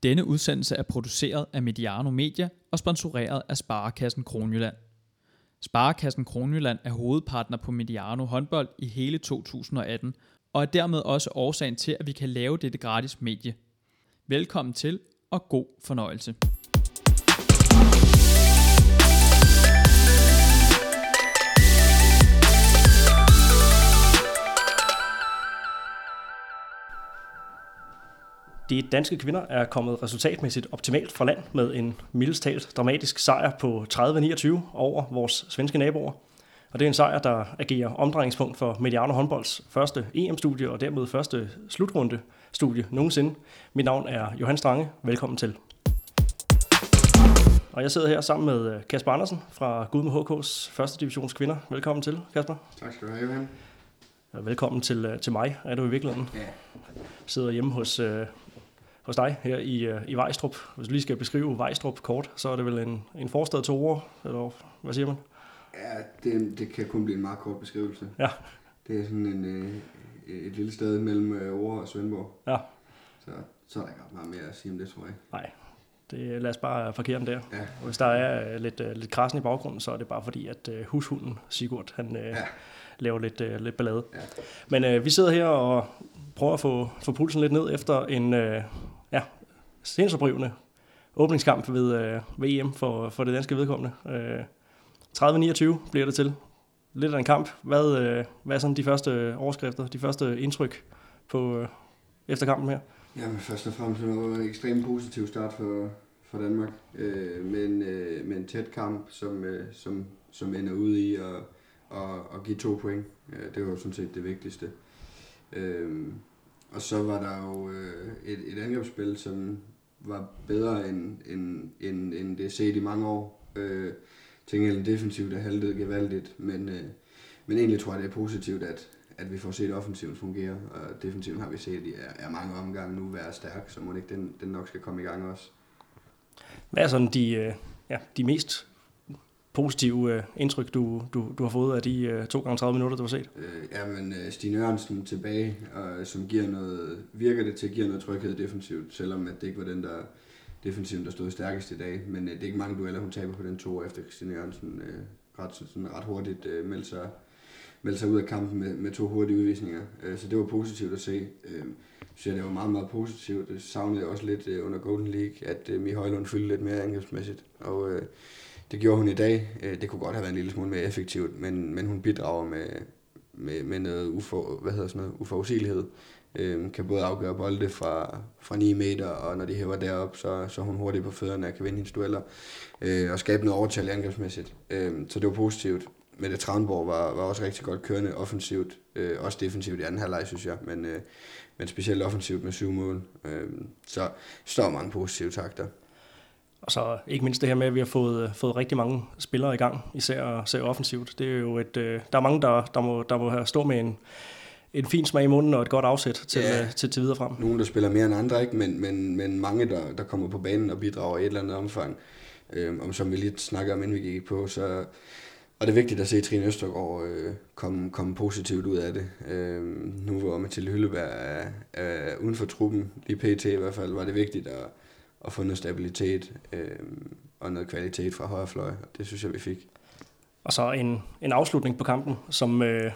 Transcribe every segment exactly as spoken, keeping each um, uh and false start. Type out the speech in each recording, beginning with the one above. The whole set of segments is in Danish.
Denne udsendelse er produceret af Mediano Media og sponsoreret af Sparekassen Kronjylland. Sparekassen Kronjylland er hovedpartner på Mediano håndbold i hele to tusind og atten, og er dermed også årsagen til, at vi kan lave dette gratis medie. Velkommen til, og god fornøjelse. De danske kvinder er kommet resultatmæssigt optimalt fra land med en mildest talt dramatisk sejr på tredive niogtyve over vores svenske naboer. Og det er en sejr, der agerer omdrejningspunkt for Mediano håndbolds første E M-studie og dermed første slutrunde-studie nogensinde. Mit navn er Johan Strange. Velkommen til. Og jeg sidder her sammen med Kasper Andersen fra Gudme H K's første divisions kvinder. Velkommen til, Kasper. Tak skal du have, Johan. Velkommen til, til mig, er du i virkeligheden. Ja. Sidder hjemme hos, øh, hos dig her i, øh, i Vejstrup. Hvis du lige skal beskrive Vejstrup kort, så er det vel en, en forstad til ord, eller hvad siger man? Ja, det, det kan kun blive en meget kort beskrivelse. Ja. Det er sådan en, øh, et lille sted mellem øh, Aarhus og Svendborg. Ja. Så, så er der ikke ret meget mere at sige om det, tror jeg. Nej, det, lad os bare parkere den der. Ja. Og hvis der er øh, lidt, øh, lidt krassen i baggrunden, så er det bare fordi, at øh, hushunden Sigurd, han... Øh, ja. laver lidt, øh, lidt ballade. Ja. Men øh, vi sidder her og prøver at få, få pulsen lidt ned efter en øh, ja, sindsoprivende åbningskamp ved, øh, ved E M for, for det danske vedkommende. Øh, tredive niogtyve bliver det til. Lidt af en kamp. Hvad, øh, hvad er sådan de første overskrifter, de første indtryk på, øh, efter kampen her? Jamen først og fremmest var det en ekstremt positiv start for, for Danmark. Øh, men, øh, med en tæt kamp, som, øh, som, som ender ud i at Og, og give to point. Det var jo sådan set det vigtigste. Øhm, og så var der jo øh, et, et angrebsspil, som var bedre end, end, end, end det er set i mange år. Øh, Tingene defensivt er haltet gevaldigt, men, øh, men egentlig tror jeg, det er positivt, at, at vi får set offensivt fungere. Og defensivt har vi set i er, er mange omgange nu være stærk, så må ikke den, den nok skal komme i gang også. Hvad er sådan de, øh, ja, de mest positive øh, indtryk, du, du, du har fået af de øh, to gange tredive minutter, du har set? Øh, jamen, Stine Jørgensen tilbage, og, som giver noget, virker det til at give noget tryghed defensivt, selvom at det ikke var den, der defensivt, der stod stærkest i dag. Men øh, det er ikke mange dueller, hun taber på den to år, efter Stine Jørgensen øh, ret, sådan, ret hurtigt øh, meldte, sig, meldte sig ud af kampen med, med to hurtige udvisninger. Øh, så det var positivt at se. Øh, så det var meget, meget positivt. Det savnede jeg også lidt øh, under Golden League, at øh, Mie Højlund fyldte lidt mere angrebsmæssigt. Og øh, det gjorde hun i dag. Det kunne godt have været en lille smule mere effektivt, men, men hun bidrager med, med, med noget, ufor, hvad hedder sådan noget uforudsigelighed. Øhm, kan både afgøre bolde fra, fra ni meter, og når de hæver derop, så, så er hun hurtigt på fødderne og kan vinde hendes dueller. Øh, og skabe noget overtal angrebsmæssigt. Øhm, så det var positivt. Mette Tranborg var, var også rigtig godt kørende offensivt. Øh, også defensivt i anden halvleg, synes jeg. Men, øh, men specielt offensivt med syv mål. Øh, så står mange positive takter. Og så ikke mindst det her med, at vi har fået, fået rigtig mange spillere i gang, især, især offensivt. Det er jo et, der er mange, der, der, må, der må have stå med en, en fin smag i munden og et godt afsæt til, ja, til, til videre frem. Nogle, der spiller mere end andre, ikke? Men, men, men mange, der, der kommer på banen og bidrager i et eller andet omfang. Øhm, om som vi lige snakker om, inden vi gik på, så og det er vigtigt at se Trine Østergaard øh, komme, komme positivt ud af det. Øhm, nu hvor Mathilde Hylleberg er, er uden for truppen, lige pt. I hvert fald, var det vigtigt at og få noget stabilitet øh, og noget kvalitet fra højre fløj. Det synes jeg, vi fik. Og så en, en afslutning på kampen, som øh,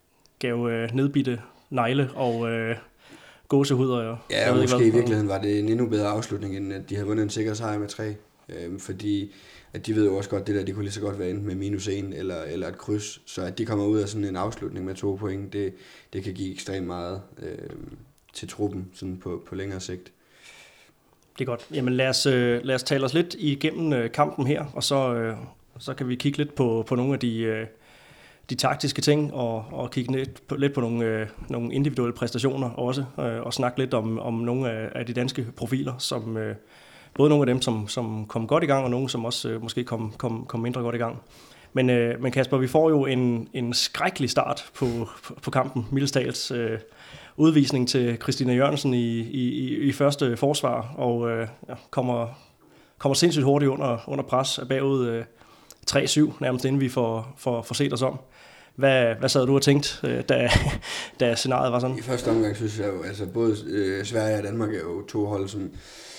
gav øh, nedbitte negle og øh, gåsehud. Og, ja, og måske i virkeligheden var det en endnu bedre afslutning, end at de havde vundet en sikker sejr med tre. Øh, fordi at de ved jo også godt, det der, de kunne lige så godt være inde med minus en eller, eller et kryds. Så at de kommer ud af sådan en afslutning med to point, det, det kan give ekstremt meget øh, til truppen sådan på, på længere sigt. Det er godt. Jamen lad os, øh, lad os tale os lidt igennem øh, kampen her, og så, øh, så kan vi kigge lidt på, på nogle af de, øh, de taktiske ting, og, og kigge lidt på, lidt på nogle, øh, nogle individuelle præstationer også, øh, og snakke lidt om, om nogle af, af de danske profiler, som øh, både nogle af dem, som, som kom godt i gang, og nogle, som også øh, måske kom, kom, kom mindre godt i gang. Men, øh, men Kasper, vi får jo en, en skrækkelig start på, på, på kampen. Mildestals øh, udvisning til Christina Jørgensen i, i, i første forsvar, og øh, ja, kommer, kommer sindssygt hurtigt under, under pres af bagud øh, tre syv, nærmest inden vi får, får, får set os om. Hvad, hvad sad du og tænkte, øh, da, da scenariet var sådan? I første omgang synes jeg jo, altså både øh, Sverige og Danmark er jo to hold, som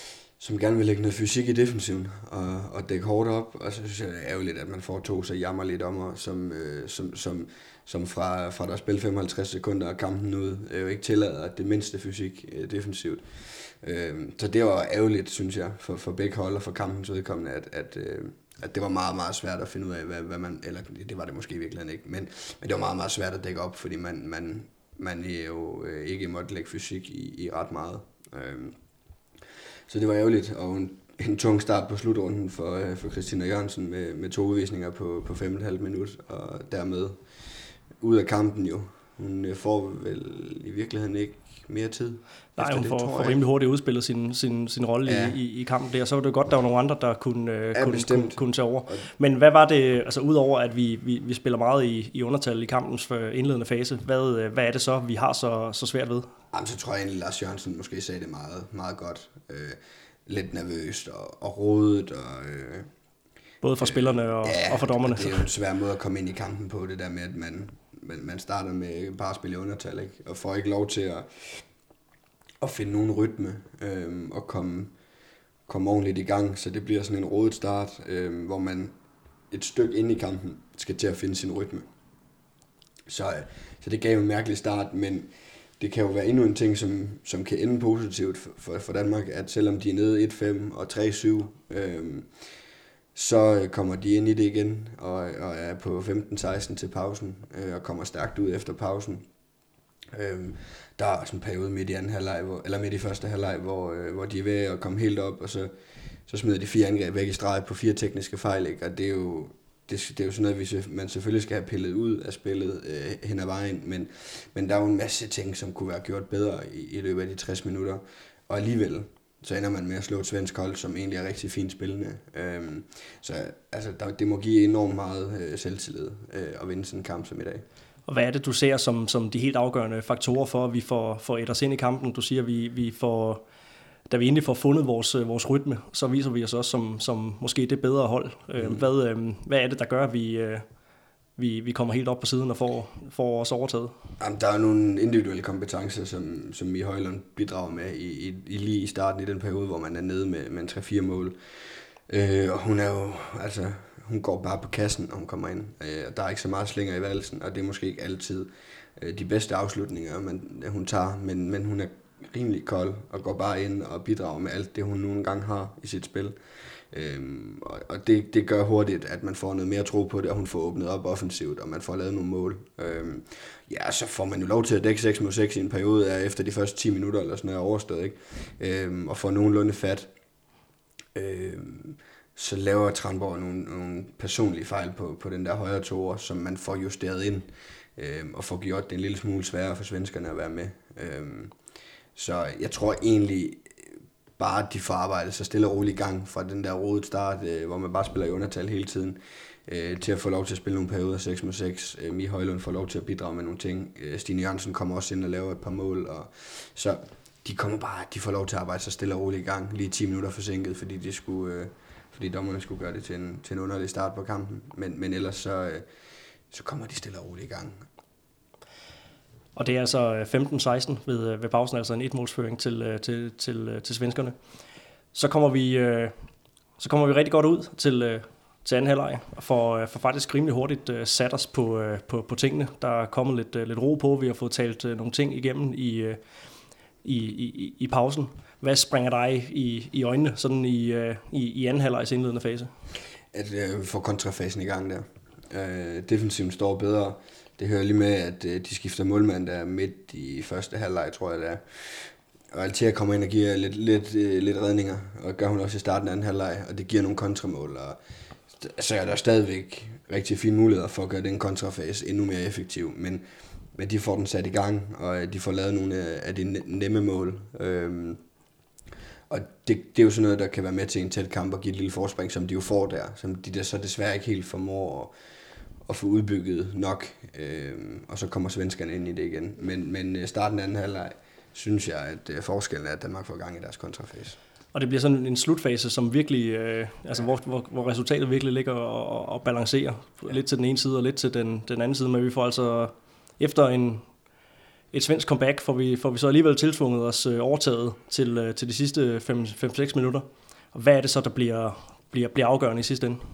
som gerne vil lægge noget fysik i defensiven og, og dække hårdt op, og så synes jeg, det er ærgerligt, at man får to så jammerlige dommer, som, øh, som, som, som fra, fra der spil femoghalvtreds sekunder af kampen ud, øh, jo ikke tillader det mindste fysik øh, defensivt. Øh, så det var ærgerligt, synes jeg, for, for begge hold og for kampens vedkommende, at, at, øh, at det var meget, meget svært at finde ud af, hvad, hvad man, eller det var det måske i virkeligheden ikke, men, men det var meget, meget svært at dække op, fordi man, man, man jo øh, ikke måtte lægge fysik i, i ret meget. Øh, Så det var ærgerligt, og en, en tung start på slutrunden for, øh, for Christina Jørgensen med, med to udvisninger på, på fem komma fem minut, og dermed ud af kampen jo. Hun øh, får vel i virkeligheden ikke mere tid. Nej, hun det, får, får rimelig hurtigt udspillet sin, sin, sin rolle ja. i, i, i kampen der. Så var det godt, der var nogle andre, der kunne, øh, ja, kunne, kunne, kunne tage over. Men hvad var det, altså udover at vi, vi, vi spiller meget i, i undertal i kampens indledende fase, hvad, hvad er det så, vi har så, så svært ved? Jamen, så tror jeg egentlig, Lars Jørgensen måske sagde det meget, meget godt. Øh, lidt nervøst og, og rodet. Og, øh, Både for øh, spillerne og, ja, og for dommerne. det er jo en svær måde at komme ind i kampen på, det der med, at man, man, man starter med bare at spille i undertal, ikke? Og får ikke lov til at, at finde nogen rytme øh, og komme, komme ordentligt i gang. Så det bliver sådan en rodet start, øh, hvor man et stykke ind i kampen skal til at finde sin rytme. Så, så det gav en mærkelig start, men det kan jo være endnu en ting, som, som kan ende positivt for, for, for Danmark, at selvom de er nede et fem og tre syv, øh, så kommer de ind i det igen og, og er på femten seksten til pausen øh, og kommer stærkt ud efter pausen. Øh, der er også en periode midt i anden halvleg, hvor, eller midt i første halvleg, hvor, øh, hvor de er ved at komme helt op, og så, så smider de fire angreb væk i streg på fire tekniske fejl, ikke? Og det er jo Det, det er jo sådan noget, vi, man selvfølgelig skal have pillet ud af spillet øh, hen ad vejen, men, men der er jo en masse ting, som kunne være gjort bedre i, i løbet af de tres minutter, og alligevel så ender man med at slå et svensk hold, som egentlig er rigtig fint spillende. Øhm, så altså, der, det må give enormt meget øh, selvtillid øh, at vinde sådan en kamp som i dag. Og hvad er det, du ser som, som de helt afgørende faktorer for, at vi får, får et os ind i kampen? Du siger, at vi, vi får... Da vi endelig får fundet vores, vores rytme, så viser vi os også som, som måske det bedre hold. Mm. Hvad, hvad er det, der gør, at vi, vi, vi kommer helt op på siden og får, får os overtaget? Jamen, der er nogle individuelle kompetencer, som, som Mie Højlund bidrager med i, i, i lige i starten i den periode, hvor man er nede med, med en tre fire mål. Øh, og hun er jo, altså, hun går bare på kassen, når hun kommer ind. Øh, der er ikke så meget slinger i valsen, og det er måske ikke altid øh, de bedste afslutninger, man, hun tager, men, men hun er rimelig kold og går bare ind og bidrager med alt det, hun nogle gange har i sit spil. Øhm, og og det, det gør hurtigt, at man får noget mere tro på det, og hun får åbnet op offensivt, og man får lavet nogle mål. Øhm, ja, så får man jo lov til at dække seks mod seks i en periode, efter de første ti minutter eller sådan noget er overstået, ikke? Øhm, og får nogenlunde fat. Øhm, så laver Tranborg nogle, nogle personlige fejl på, på den der højre toer, som man får justeret ind, øhm, og får gjort det en lille smule sværere for svenskerne at være med. Øhm, Så jeg tror egentlig bare, at de får arbejdet så stille og roligt i gang fra den der rodet start, øh, hvor man bare spiller i undertal hele tiden, øh, til at få lov til at spille nogle perioder seks mod seks. Øh, Mie Højlund får lov til at bidrage med nogle ting. Øh, Stine Jørgensen kommer også ind og laver et par mål. Og så de kommer bare, de får lov til at arbejde så stille og roligt i gang, lige ti minutter forsinket, fordi, de skulle, øh, fordi dommerne skulle gøre det til en, til en underlig start på kampen. Men, men ellers så, øh, så kommer de stille og roligt i gang. Og det er altså femten seksten ved, ved pausen, altså en etmålsføring til, til, til, til svenskerne. Så kommer vi, så kommer vi rigtig godt ud til, til anden halvleg, og får, får faktisk rimelig hurtigt sat os på, på, på tingene. Der er kommet lidt, lidt ro på, vi har fået talt nogle ting igennem i, i, i, i pausen. Hvad springer dig i, i øjnene sådan i, i, i anden halvlegs indledende fase? At vi uh, får kontrafasen i gang der. Uh, defensiven står bedre. Det hører lige med, at de skifter målmand der midt i første halvleg, tror jeg det er. Og Altea kommer ind og giver lidt, lidt, lidt redninger, og gør hun også i starten af anden halvleg, og det giver nogle kontramål. Og så er der stadigvæk rigtig fine muligheder for at gøre den kontrafase endnu mere effektiv, men, men de får den sat i gang, og de får lavet nogle af de nemme mål. Øhm, og det, det er jo sådan noget, der kan være med til en tæt kamp og give et lille forspring, som de jo får der, som de der så desværre ikke helt formår at og få udbygget nok, øh, og så kommer svenskerne ind i det igen. Men, men starten af anden halvleg, synes jeg, at forskellen er, at Danmark får gang i deres kontrafase. Og det bliver sådan en slutfase, som virkelig, øh, altså ja. hvor, hvor, hvor resultatet virkelig ligger og, og balancerer. Ja. Lidt til den ene side og lidt til den, den anden side, men vi får altså efter en, et svensk comeback, får vi, får vi så alligevel tiltvunget os øh, overtaget til, øh, til de sidste fem seks minutter. Og hvad er det så, der bliver, bliver, bliver afgørende i sidste ende?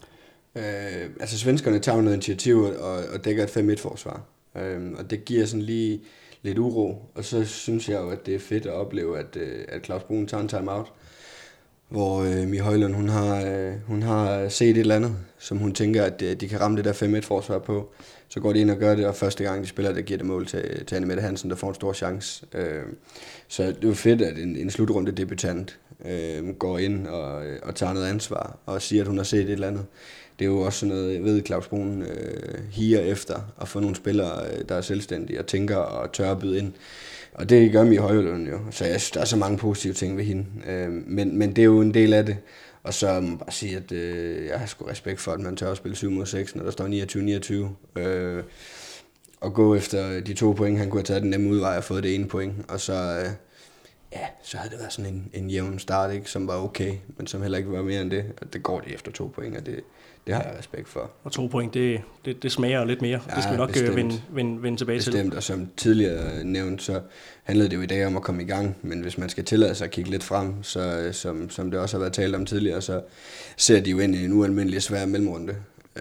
Øh, altså svenskerne tager noget initiativ og, og dækker et fem et forsvar. Øh, og det giver sådan lige lidt uro. Og så synes jeg jo, at det er fedt at opleve, at, øh, at Claus Brun tager en timeout, hvor øh, Mie Højlund, hun har, øh, hun har set et eller andet, som hun tænker, at øh, de kan ramme det der fem et forsvar på. Så går de ind og gør det, og første gang de spiller, der giver det mål til, til Anne Mette Hansen, der får en stor chance. Øh, så det er jo fedt, at en, en slutrunde debutant øh, går ind og, og tager noget ansvar, og siger, at hun har set et eller andet. Det er jo også sådan noget, jeg ved, Claus Brun øh, higer efter at få nogle spillere, der er selvstændige og tænker og tør at byde ind. Og det gør Mie Højlund jo, så jeg synes, der er så mange positive ting ved hende. Øh, men, men det er jo en del af det. Og så må jeg bare sige, at øh, jeg har sgu respekt for, at man tør at spille syv mod seks, når der står niogtyve niogtyve. Øh, og gå efter de to point, han kunne have taget den nemme udvej og fået det ene point. Og så, øh, ja, så havde det været sådan en, en jævn start, ikke, som var okay, men som heller ikke var mere end det. Og det går de efter to point, og det, det har jeg respekt for. Og to point, det, det, det smager lidt mere. Ja, det skal vi nok bestemt. vende, vende, vende tilbage bestemt. til. Bestemt, og som tidligere nævnt, så handlede det jo i dag om at komme i gang. Men hvis man skal tillade sig at kigge lidt frem, så som, som det også har været talt om tidligere, så ser de jo ind i en ualmindelig svær mellemrunde. Øh,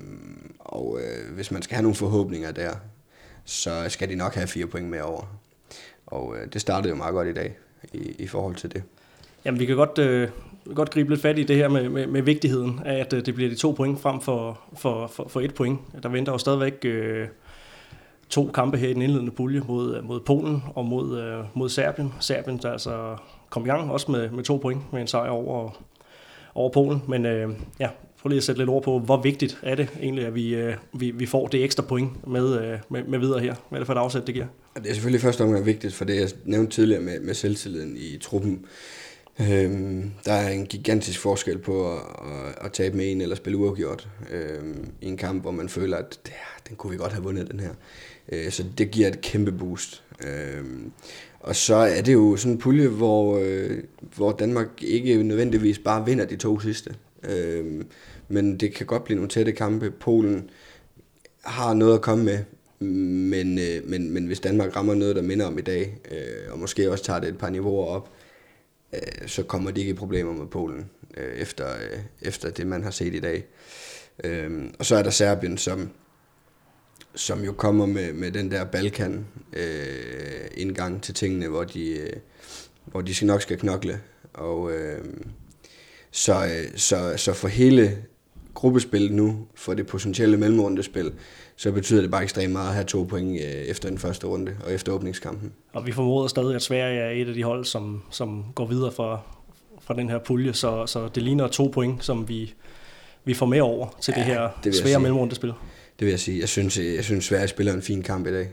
og øh, hvis man skal have nogle forhåbninger der, så skal de nok have fire point med over. Og øh, det startede jo meget godt i dag i, i forhold til det. Jamen, vi kan godt, øh, godt gribe lidt fat i det her med, med, med vigtigheden af, at øh, det bliver de to point frem for, for, for, for et point. Der venter jo stadigvæk øh, to kampe her i den indledende pulje mod, mod Polen og mod, øh, mod Serbien. Serbien, der altså kom i gang også med, med to point med en sejr over, over Polen. Men øh, ja, prøv lige at sætte lidt ord på, hvor vigtigt er det egentlig, at vi, øh, vi, vi får det ekstra point med, øh, med, med videre her. Hvad er det for et afsæt, det giver? Det er selvfølgelig første omgang vigtigt, for det jeg nævnte tidligere med, med selvtilliden i truppen. Øhm, der er en gigantisk forskel på at, at, at tabe med en eller spille uafgjort øhm, i en kamp, hvor man føler, at ja, den kunne vi godt have vundet, den her. Øh, så det giver et kæmpe boost. Øhm, og så er det jo sådan en pulje, hvor, øh, hvor Danmark ikke nødvendigvis bare vinder de to sidste. Øhm, men det kan godt blive nogle tætte kampe. Polen har noget at komme med. Men, øh, men, men hvis Danmark rammer noget, der minder om i dag, øh, og måske også tager det et par niveauer op, øh, så kommer de ikke i problemer med Polen, øh, efter, øh, efter det, man har set i dag. Øh, og så er der Serbien, som, som jo kommer med, med den der Balkan-indgang øh, til tingene, hvor de, øh, hvor de nok skal knokle. Og, øh, så, øh, så, så for hele gruppespillet nu, for det potentielle mellemrundespil, så betyder det bare ekstremt meget at have to point efter den første runde og efter åbningskampen. Og vi formoder stadig, at Sverige er et af de hold, som, som går videre fra, fra den her pulje, så, så det ligner to point, som vi, vi får med over til ja, det her det svære mellemrundespil. Det vil jeg sige. Jeg synes, jeg synes Sverige spiller en fin kamp i dag.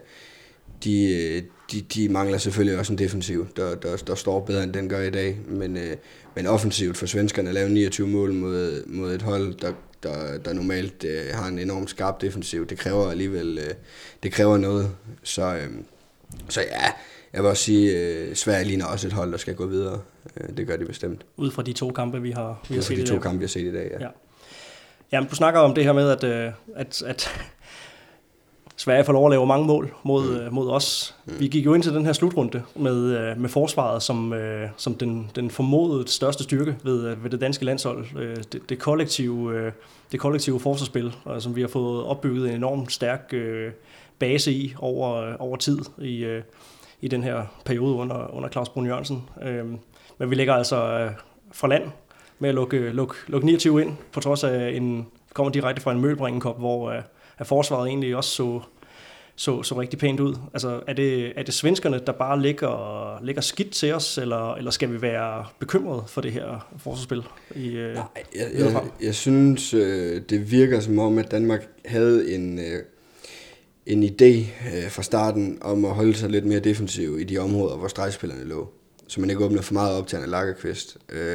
De, de, de mangler selvfølgelig også en defensiv, der, der, der står bedre, end den gør i dag. Men, men offensivt for svenskerne at lave niogtyve mål mod, mod et hold, der Der, der normalt øh, har en enormt skarp defensiv. Det kræver alligevel øh, det kræver noget. Så, øh, så ja, jeg vil også sige, øh, Sverige ligner også et hold, der skal gå videre. Øh, det gør de bestemt. Ud fra de to kampe, vi har, vi har set i dag. de to kampe, vi har set i dag, ja. ja. Jamen, du snakker om det her med, at, øh, at, at Sverige får lov at lave mange mål mod, mm. mod os. Mm. Vi gik jo ind til den her slutrunde med, med forsvaret som, som den, den formodede største styrke ved, ved det danske landshold. Det, det, kollektive, det kollektive forsvarsspil, som vi har fået opbygget en enormt stærk base i over, over tid i, i den her periode under, under Claus Brun Jørgensen. Men vi ligger altså fra land med at lukke, lukke, lukke niogtyve ind, på trods af en kommer direkte fra en Møbringen-kop, hvor at forsvaret egentlig også så, så, så rigtig pænt ud. Altså, er det, er det svenskerne, der bare ligger, ligger skidt til os, eller, eller skal vi være bekymrede for det her forsvarsspil? I, Nej, jeg, jeg, jeg synes, det virker som om, at Danmark havde en, en idé fra starten om at holde sig lidt mere defensiv i de områder, hvor stregspillerne lå. Så man ikke åbner for meget op til Anna Lagerqvist.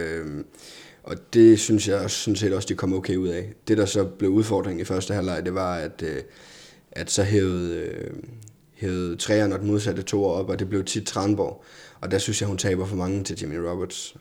Og det synes jeg sådan set også, de kom okay ud af. Det, der så blev udfordringen i første halvleg, det var, at, at så hævede, hævede træerne og den modsatte toer op, og det blev tit Tranborg. Og der synes jeg, hun taber for mange til Jimmy Roberts.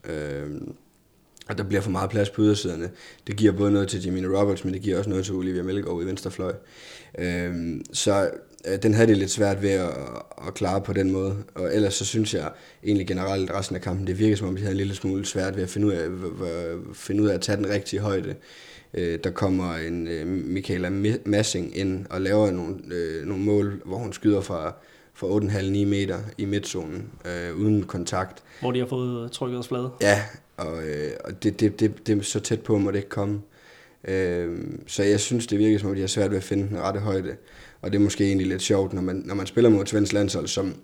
Og der bliver for meget plads på ydersiderne. Det giver både noget til Jimmy Roberts, men det giver også noget til Olivia Melgaard i venstrefløj. Så, øh, den havde det lidt svært ved at, at klare på den måde. Og ellers så synes jeg egentlig generelt, at resten af kampen, det virker som om, de havde en lille smule svært ved at finde ud af, finde ud af at tage den rigtige højde. Øh, der kommer en øh, Michaela Massing ind og laver nogle, øh, nogle mål, hvor hun skyder fra, fra otte komma fem til ni meter i midtzonen, øh, uden kontakt. Hvor de har fået trykket os flade. Ja, og, øh, og det, det, det, det er så tæt på, må det ikke komme. Øh, så jeg synes, det virker som om, de har svært ved at finde den rette højde. Og det er måske egentlig lidt sjovt, når man, når man spiller mod et svensk landshold, som,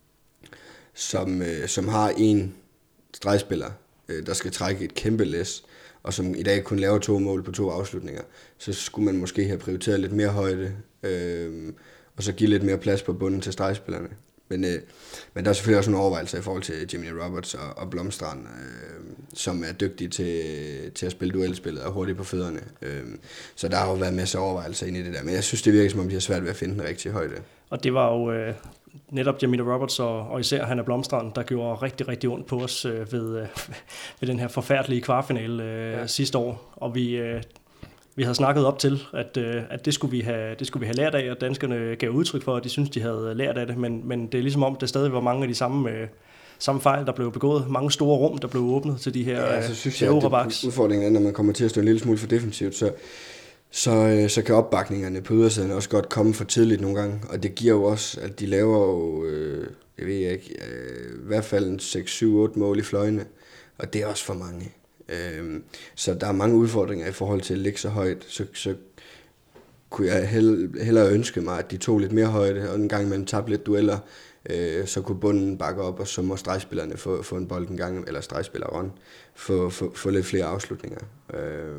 som, øh, som har en stregspiller, øh, der skal trække et kæmpe læs, og som i dag kun laver to mål på to afslutninger, så skulle man måske have prioriteret lidt mere højde, øh, og så give lidt mere plads på bunden til stregspillerne. Men, øh, men der er selvfølgelig også nogle overvejelser i forhold til Jimmy Roberts og, og Blomstrand, øh, som er dygtige til, til at spille duelspillet og hurtigt på fødderne. Øh, så der har jo været masser af overvejelser inde i det der, men jeg synes, det virker som om, de har svært ved at finde den rigtige højde. Og det var jo øh, netop Jimmy Roberts og, og især Hanna Blomstrand, der gjorde rigtig, rigtig ondt på os øh, ved, øh, ved den her forfærdelige kvartfinale øh, ja. sidste år. Og vi, øh, vi havde snakket op til, at, øh, at det, skulle vi have, det skulle vi have lært af, og danskerne gav udtryk for, at de synes de havde lært af det. Men, men det er ligesom om, det stadig var mange af de samme, øh, samme fejl, der blev begået. Mange store rum, der blev åbnet til de her ja, så synes jeg, at udfordringen er, når man kommer til at stå en lille smule for defensivt, så Så, så kan opbakningerne på ydersiden også godt komme for tidligt nogle gange, og det giver jo også, at de laver jo, øh, jeg ved ikke, øh, i hvert fald en seks syv otte mål i fløjene, og det er også for mange. Øh, så der er mange udfordringer i forhold til at ligge så højt, så, så kunne jeg hellere ønske mig, at de tog lidt mere højde, og en gang imellem tabte lidt dueller, øh, så kunne bunden bakke op, og så må stregspillerne få, få en bold en gang, eller stregspilleren få, få, få lidt flere afslutninger. Øh,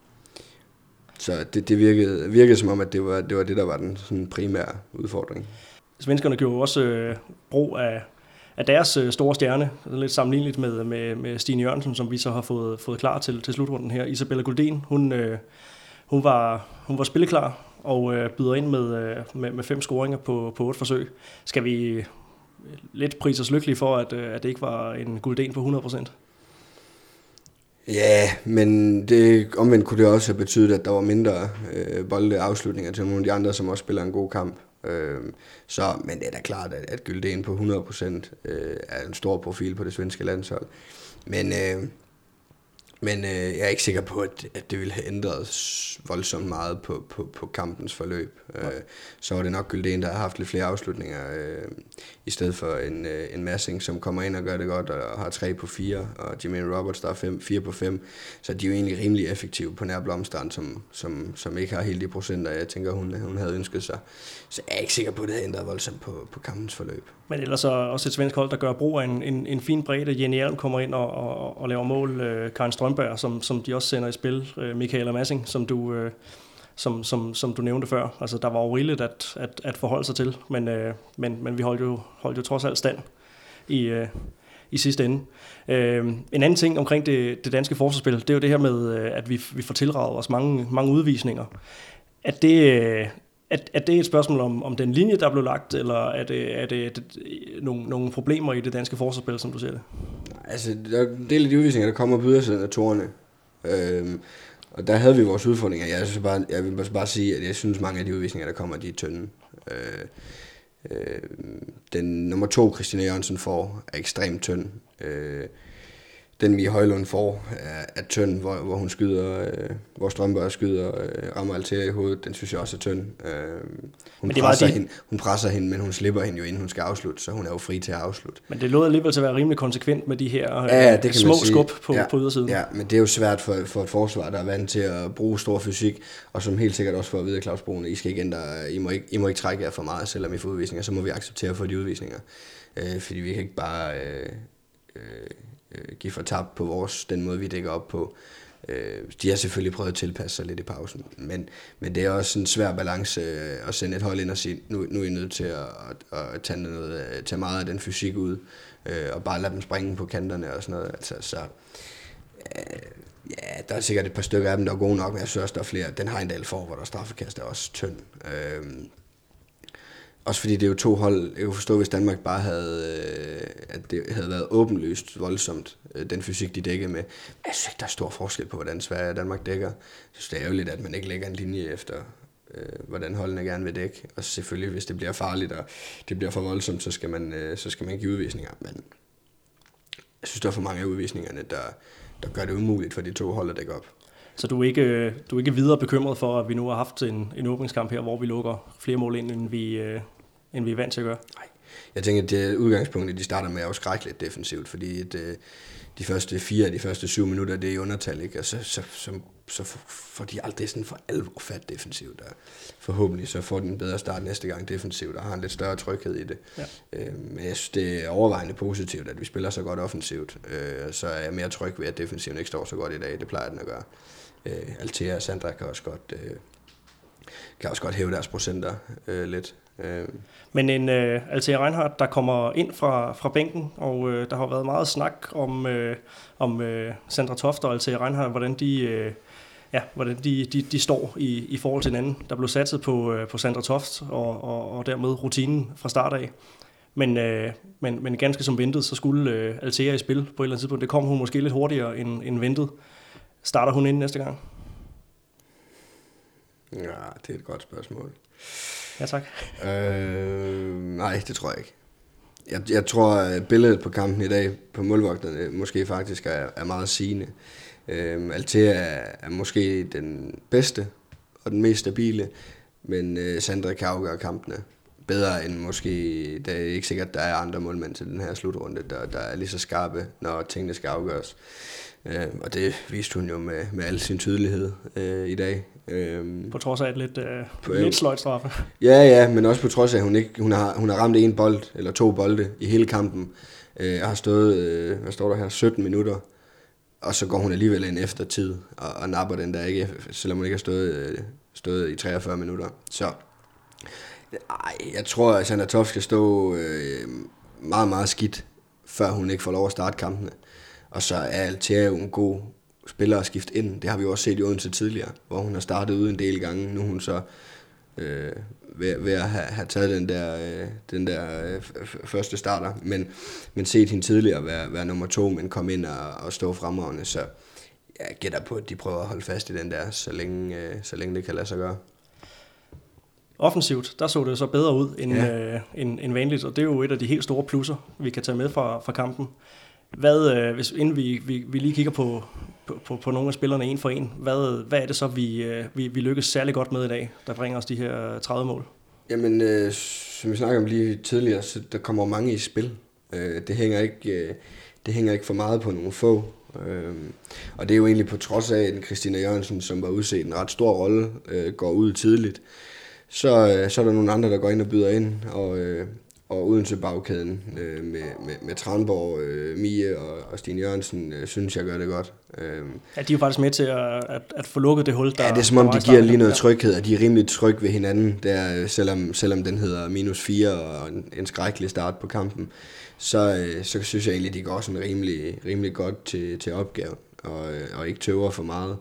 Så det, det virkede, virkede som om, at det var, det var det, der var den sådan primære udfordring. Svenskerne gjorde også øh, brug af, af deres øh, store stjerne, lidt sammenligneligt med, med, med Stine Jørgensen, som vi så har fået, fået klar til, til slutrunden her. Isabella Guldin, hun, øh, hun, var, hun var spilleklar og øh, byder ind med, øh, med, med fem scoringer på, på otte forsøg. Skal vi lidt prise os lykkelige for, at, øh, at det ikke var en Guldin på hundrede procent? Ja, men det, omvendt kunne det også have betydet, at der var mindre øh, bolde afslutninger til nogle af de andre, som også spiller en god kamp. Øh, så, men det er da klart, at, at Gyldén på hundrede procent øh, er en stor profil på det svenske landshold. Men, øh, men øh, jeg er ikke sikker på, at, at det ville have ændret voldsomt meget på, på, på kampens forløb. Ja. Øh, så var det nok Gyldén, der har haft lidt flere afslutninger, øh, i stedet for en, øh, en Massing, som kommer ind og gør det godt, og har tre på fire, og Jimmy Roberts, der er fem, fire på fem. Så de er jo egentlig rimelig effektive på nær Blomstrand, som, som, som ikke har helt de procenter, jeg tænker, hun, hun havde ønsket sig. Så jeg er ikke sikker på, at det havde ændret voldsomt på, på kampens forløb. Men ellers så også et svensk hold, der gør brug af en, en, en fin bredde. Jenny Hjelm kommer ind og, og, og laver mål. Øh, Karin Strømberg, som, som de også sender i spil. Øh, Michaela Massing, som du, øh, som, som, som du nævnte før. Altså, der var jo rigeligt at, at, at forholde sig til, men, øh, men, men vi holdt jo, holdt jo trods alt stand i, øh, i sidste ende. Øh, en anden ting omkring det, det danske forsvarsspil, det er jo det her med, at vi, vi får tilraget os mange, mange udvisninger. At det... Øh, At, at det er et spørgsmål om, om den linje, der blev lagt, eller er det, er det, det nogle, nogle problemer i det danske forsvarsspil, som du ser det? Altså, der er en del af de udvisninger, der kommer på ydersiden af tårerne. Øhm, og der havde vi vores udfordringer. Jeg, synes bare, jeg vil bare sige, at jeg synes, mange af de udvisninger, der kommer, de er tynde. Øh, øh, den nummer to, Christina Jørgensen får, er ekstremt tynd. Øh, Den Mie Højlund får er, er tynd, hvor, hvor hun skyder, øh, hvor Strømberg skyder, øh, rammer Altea i hovedet. Den synes jeg også er tynd. Øh, hun, presser hende, hun presser hende, men hun slipper hende jo, inden hun skal afslutte, så hun er jo fri til at afslutte. Men det lå alligevel til at være rimelig konsekvent med de her øh, ja, det kan små skub på, ja, på ydersiden. Ja, men det er jo svært for, for et forsvar, der er vant til at bruge stor fysik, og som helt sikkert også får at vide af Claus Brune, I skal ikke ændre, I må ikke, I må ikke trække jer for meget, selvom I får udvisninger, så må vi acceptere for de udvisninger. Øh, fordi vi kan ikke bare... Øh, øh, give for tabt på vores, den måde, vi dækker op på. De har selvfølgelig prøvet at tilpasse sig lidt i pausen, men, men det er også en svær balance at sende et hold ind og sige, nu, nu er I nødt til at, at, at tage, noget, tage meget af den fysik ud, og bare lade dem springe på kanterne og sådan noget. Altså, så ja, der er sikkert et par stykker af dem, der er gode nok, men jeg synes også, der er flere. Den Heindal får, hvor der straffekast er også tynd. Også fordi det er jo to hold. Jeg kunne forstå, hvis Danmark bare havde, øh, at det havde været åbenlyst voldsomt, øh, den fysik, de dækkede med. Jeg synes ikke, der er stor forskel på, hvordan Sverige og Danmark dækker. Jeg synes, det er ærgerligt, at man ikke lægger en linje efter, øh, hvordan holdene gerne vil dække. Og selvfølgelig, hvis det bliver farligt, og det bliver for voldsomt, så skal man, øh, så skal man give udvisninger. Men jeg synes, der er for mange af udvisningerne, der, der gør det umuligt for de to hold at dække op. Så du er ikke, du er ikke videre bekymret for, at vi nu har haft en, en åbningskamp her, hvor vi lukker flere mål ind, end vi, øh, end vi er vant til at gøre? Nej. Jeg tænker, at det udgangspunktet, de starter med, er jo skrækkeligt defensivt, fordi et, de første fire, de første syv minutter, det er i undertal, ikke? Og så, så, så, så får de aldrig sådan for alvor fat defensivt. Og forhåbentlig så får de en bedre start næste gang defensivt, og har en lidt større tryghed i det. Ja. Men jeg synes, det er overvejende positivt, at vi spiller så godt offensivt. Så er jeg mere tryg ved, at defensiven ikke står så godt i dag. Det plejer den at gøre. Altea og Sandra kan også godt, kan også godt hæve deres procenter lidt. Men en uh, Altea Reinhardt, der kommer ind fra, fra bænken, og uh, der har været meget snak om, uh, om uh, Sandra Toft og Altea Reinhardt, hvordan de, uh, ja, hvordan de, de, de står i, i forhold til hinanden. Der blev satset på, uh, på Sandra Toft og, og, og dermed rutinen fra start af. Men, uh, men, men ganske som ventet, så skulle uh, Altea i spil på et eller andet tidspunkt. Det kom hun måske lidt hurtigere end, end ventet. Starter hun ind næste gang? Ja, det er et godt spørgsmål. Ja, tak. Øh, nej, det tror jeg ikke. Jeg, jeg tror, at billedet på kampen i dag på målvogterne måske faktisk er, er meget sigende. Øh, Altea er, er måske den bedste og den mest stabile, men øh, Sandra kan afgøre kampene bedre end måske. Det er ikke sikkert, at der er andre målmænd til den her slutrunde, der, der er lige så skarpe, når tingene skal afgøres. Øh, og det viste hun jo med, med al sin tydelighed øh, i dag. Øhm, på trods af et lidt, øh, på, lidt sløjt straffe. Ja, ja, men også på trods af, at hun, ikke, hun, har, hun har ramt en bold, eller to bolde i hele kampen. Øh, jeg har stået, øh, hvad står der her, sytten minutter, og så går hun alligevel ind efter tid, og, og napper den der ikke, selvom hun ikke har stået, øh, stået i treogfyrre minutter. Så ej, jeg tror, at Sandra Toft skal stå øh, meget, meget skidt, før hun ikke får lov at starte kampene. Og så er Altea jo en god spiller at skifte ind. Det har vi jo også set i Odense tidligere, hvor hun har startet ud en del gange. Nu er hun så øh, ved, ved at have, have taget den der, øh, den der øh, f- første starter, men, men set hende tidligere være, være nummer to, men komme ind og, og stå fremragende. Så jeg gætter på, at de prøver at holde fast i den der, så længe, øh, så længe det kan lade sig gøre. Offensivt, der så det så bedre ud end, ja. øh, end, end vanligt, og det er jo et af de helt store plusser, vi kan tage med fra, fra kampen. Hvad, øh, hvis, inden vi, vi, vi lige kigger på, på, på, på nogle af spillerne en for en, hvad, hvad er det så, vi, øh, vi, vi lykkes særlig godt med i dag, der bringer os de her tredive mål? Jamen, øh, som vi snakkede om lige tidligere, så der kommer mange i spil. Øh, det, hænger ikke, øh, det hænger ikke for meget på nogle få. Øh, og det er jo egentlig på trods af, at Christina Jørgensen, som var udset en ret stor rolle, øh, går ud tidligt. Så, øh, så er der nogle andre, der går ind og byder ind, og... Øh, Og uden til bagkæden øh, med, med, med Tranborg, øh, Mie og, og Stine Jørgensen, øh, synes jeg gør det godt. Øh, ja, de er jo faktisk med til at, at, at få lukket det hul, der... Ja, det er som om, de giver lige noget tryghed, og de er rimelig trygge ved hinanden, der, selvom, selvom den hedder minus fire og en, en skrækkelig start på kampen. Så, øh, så synes jeg egentlig, de går sådan rimelig, rimelig godt til, til opgaven, og, og ikke tøver for meget.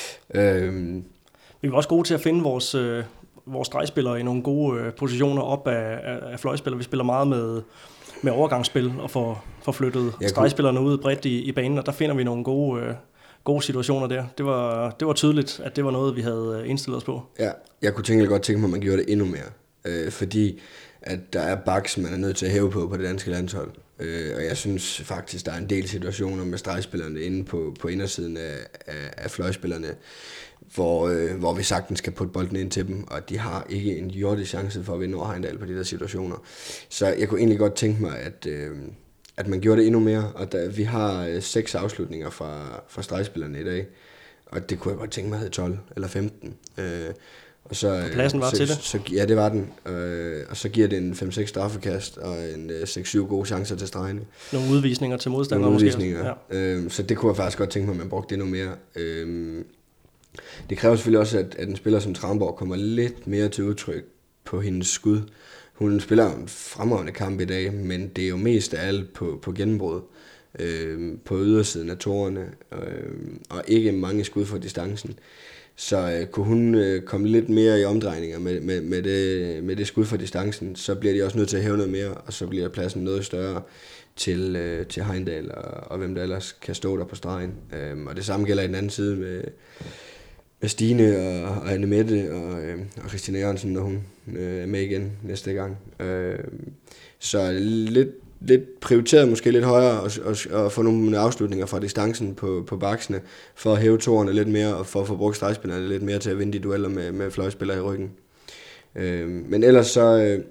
Øh, Vi er også gode til at finde vores... Øh vores stregspillere i nogle gode øh, positioner op af, af, af fløjspillere. Vi spiller meget med, med overgangsspil og får, får flyttet stregspillerne ud bredt i, i banen, og der finder vi nogle gode, øh, gode situationer der. Det var, det var tydeligt, at det var noget, vi havde indstillet os på. Ja, jeg kunne tænke godt tænke mig, at man gjorde det endnu mere, øh, fordi at der er baks, man er nødt til at hæve på på det danske landshold. Øh, og jeg synes faktisk, der er en del situationer med stregspillerne inde på, på indersiden af, af, af fløjspillerne, hvor, øh, hvor vi sagtens skal putte bolden ind til dem, og de har ikke en jordisk chance for at vinde over Heimdal på de der situationer. Så jeg kunne egentlig godt tænke mig, at, øh, at man gjorde det endnu mere, og der, vi har øh, seks afslutninger fra, fra stregspillerne i dag, og det kunne jeg godt tænke mig at have tolv eller femten. Øh, og så, og pladsen var så, til det? Så, ja, det var den. Øh, og så giver det en fem seks straffekast og en øh, seks syv gode chancer til stregene. Nogle udvisninger til modstandere Nogle måske. udvisninger. Ja. Øh, så det kunne jeg faktisk godt tænke mig, at man brugte endnu mere. Øh, det kræver selvfølgelig også, at, at en spiller som Tranborg kommer lidt mere til udtryk på hendes skud. Hun spiller en fremragende kamp i dag, men det er jo mest af alt på, på gennembrud. Øh, på ydersiden af tårerne, øh, og ikke mange skud fra distancen. Så øh, kunne hun øh, komme lidt mere i omdrejninger med, med, med, det, med det skud fra distancen, så bliver de også nødt til at hæve noget mere, og så bliver pladsen noget større til, øh, til Heimdal og, og hvem der ellers kan stå der på stregen. Øh, og det samme gælder i den anden side med, Stine og, og Anne Mette og, øh, og Christina Jørgensen, når hun øh, er med igen næste gang. Øh, så lidt, lidt prioriteret måske lidt højere og, og, og få nogle afslutninger fra distancen på, på baksene, for at hæve toerne lidt mere og for at få brugt stregspillerne lidt mere til at vinde de dueller med, med fløjspillere i ryggen. Øh, men ellers så... Øh,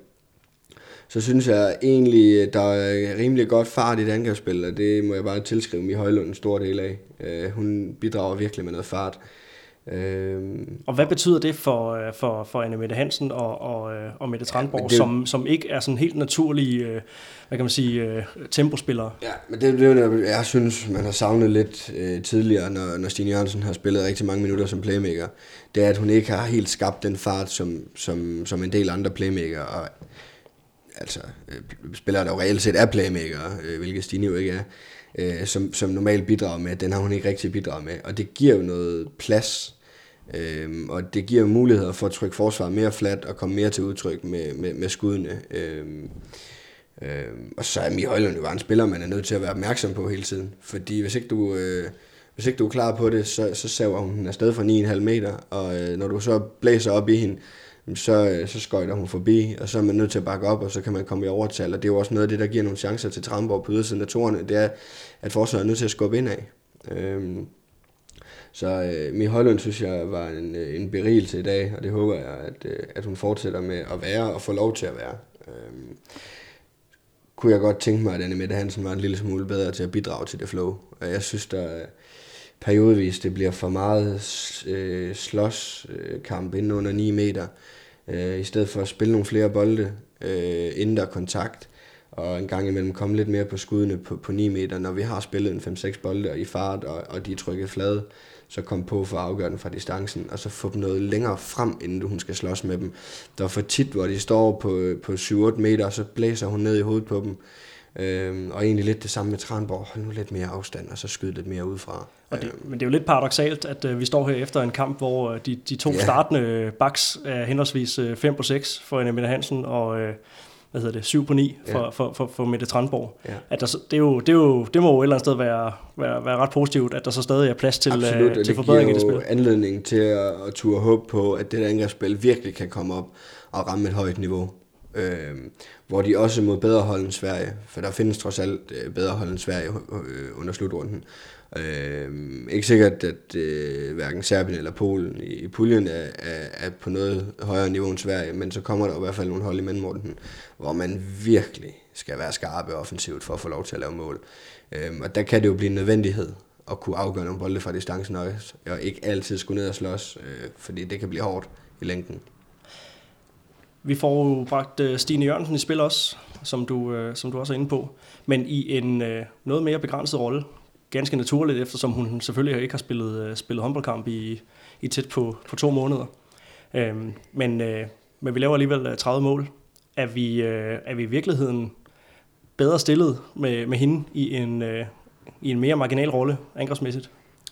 så synes jeg egentlig, der er rimelig godt fart i det angrebsspil, og det må jeg bare tilskrive Mie Højlund en stor del af. Øh, hun bidrager virkelig med noget fart. Øh, og hvad betyder det for, for, for Anne Mette Hansen og, og, og Mette Tranborg, ja, det, som, som ikke er sådan helt naturlige, hvad kan man sige, tempospillere? Ja, men det er det, jeg synes, man har savnet lidt øh, tidligere, når, når Stine Jørgensen har spillet rigtig mange minutter som playmaker. Det er, at hun ikke har helt skabt den fart, som, som, som en del andre playmaker. Og altså øh, spillere, der jo reelt set er playmaker, øh, hvilket Stine jo ikke er, øh, som, som normalt bidrager med, den har hun ikke rigtig bidraget med, og det giver jo noget plads, øh, og det giver muligheder for at trykke forsvaret mere fladt og komme mere til udtryk med, med, med skuddene. Øh, øh, og så er Mie Højlund jo bare en spiller, man er nødt til at være opmærksom på hele tiden, fordi hvis ikke du, øh, hvis ikke du er klar på det, så, så saver hun afsted fra ni komma fem meter, og øh, når du så blæser op i hende, så, så skøjter hun forbi, og så er man nødt til at bakke op, og så kan man komme i overtal, og det er jo også noget af det, der giver nogle chancer til Tranborg på ydersiden af toerne, det er, at forsvaret er nødt til at skubbe indad. Øhm, så øh, Mie Højlund synes jeg var en, en berigelse i dag, og det håber jeg, at, at hun fortsætter med at være, og få lov til at være. Øhm, kunne jeg godt tænke mig, at Anne Mette Hansen var en lille smule bedre til at bidrage til det flow, og jeg synes, der periodevis det bliver for meget øh, slåskamp inden under ni meter, øh, i stedet for at spille nogle flere bolde øh, inden der er kontakt, og en gang imellem komme lidt mere på skuddene på, på ni meter, når vi har spillet en fem seks bolde i fart, og, og de er trykket flade, så kom på for at afgøre den fra distancen, og så få dem noget længere frem, inden hun skal slås med dem. Der er for tit, hvor de står på, på syv otte meter, og så blæser hun ned i hovedet på dem. Øhm, og egentlig lidt det samme med Tranborg. Hold nu lidt mere afstand, og så skyde lidt mere udefra. Og det, men det er jo lidt paradoksalt, at uh, vi står her efter en kamp, hvor uh, de, de to yeah. startende backs er henholdsvis uh, fem på seks for Anne Mette Hansen, og uh, hvad hedder det, syv på ni for, yeah. for, for, for Mette Tranborg. Yeah. At der, det, er jo, det, er jo, det må jo et eller andet sted være, være, være ret positivt, at der så stadig er plads til, Absolut, uh, til forbedring i det spil. Det giver jo anledning til at, at turde håbe på, at det der angrebsspil virkelig kan komme op og ramme et højt niveau. Øh, hvor de også mod bedre hold end Sverige, for der findes trods alt øh, bedre hold end Sverige øh, under slutrunden. Øh, ikke sikkert, at øh, hverken Serbien eller Polen i, i puljen er, er, er på noget højere niveau end Sverige, men så kommer der i hvert fald nogle hold i mellemrunden, hvor man virkelig skal være skarpe offensivt for at få lov til at lave mål. Øh, og der kan det jo blive en nødvendighed at kunne afgøre nogle bolde fra distancen også, og ikke altid skulle ned og slås, øh, fordi det kan blive hårdt i længden. Vi får jo bragt uh, Stine Jørgensen i spil også, som du, uh, som du også er inde på, men i en uh, noget mere begrænset rolle. Ganske naturligt, eftersom hun selvfølgelig ikke har spillet, uh, spillet håndboldkamp i, i tæt på, på to måneder. Uh, men, uh, men vi laver alligevel tredive mål. Er vi, uh, er vi i virkeligheden bedre stillet med, med hende i en, uh, i en mere marginal rolle, angrebsmæssigt?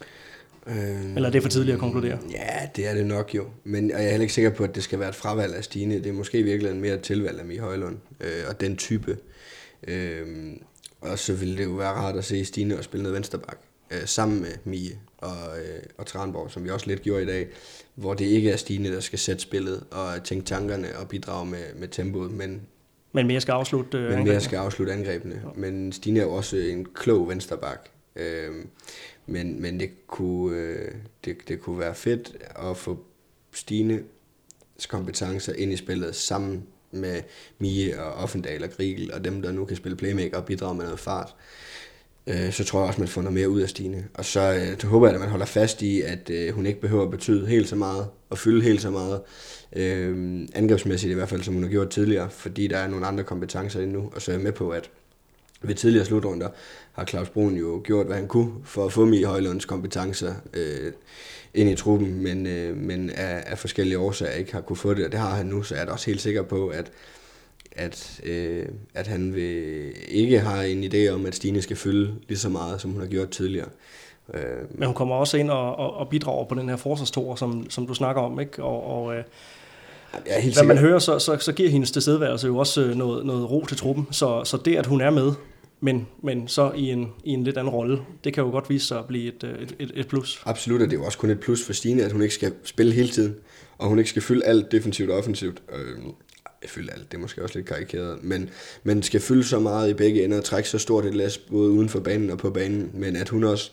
Øh, Eller er det for tidligt at konkludere? Ja, det er det nok jo. Men jeg er heller ikke sikker på, at det skal være et fravalg af Stine. Det er måske virkelig en mere tilvalg af Mie Højlund øh, og den type. Øh, og så ville det jo være rart at se Stine og spille noget vensterbak øh, sammen med Mie og, øh, og Tranborg, som vi også lidt gjorde i dag, hvor det ikke er Stine, der skal sætte spillet og tænke tankerne og bidrage med, med tempoet, men Men mere skal afslutte øh, angrebene. Men mere skal afslutte angrebene. Ja. Men Stine er jo også en klog vensterbak. Øh, Men, men det, kunne, øh, det, det kunne være fedt at få Stines kompetencer ind i spillet sammen med Mie og Offendal og Grigel og dem, der nu kan spille playmaker og bidrage med noget fart. Øh, så tror jeg også, man får noget mere ud af Stine. Og så øh, håber jeg, at man holder fast i, at øh, hun ikke behøver at betyde helt så meget og fylde helt så meget. Øh, angrebsmæssigt i hvert fald, som hun har gjort tidligere, fordi der er nogle andre kompetencer endnu. Og så er jeg med på, at ved tidligere slutrunder har Claus Brun jo gjort, hvad han kunne for at få Mie Højlunds kompetencer øh, ind i truppen, men, øh, men af, af forskellige årsager ikke har kunne få det, og det har han nu, så er jeg også helt sikker på, at, at, øh, at han vil, ikke har en idé om, at Stine skal fylde lige så meget, som hun har gjort tidligere. Øh, men hun kommer også ind og, og, og bidrager på den her forsvarstor, som, som du snakker om, ikke? Og, og øh, hvad sikker. man hører, så, så, så giver hendes tilstedeværelse jo også noget, noget ro til truppen, så, så det, at hun er med, men, men så i en, i en lidt anden rolle. Det kan jo godt vise sig at blive et, et, et, et plus. Absolut, og det er jo også kun et plus for Stine, at hun ikke skal spille hele tiden, og hun ikke skal fylde alt defensivt og offensivt. Øh, fylde alt, det er måske også lidt karikeret, men man skal fylde så meget i begge ender og trække så stort et læs, både uden for banen og på banen, men at hun også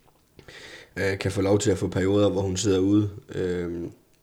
øh, kan få lov til at få perioder, hvor hun sidder ude øh,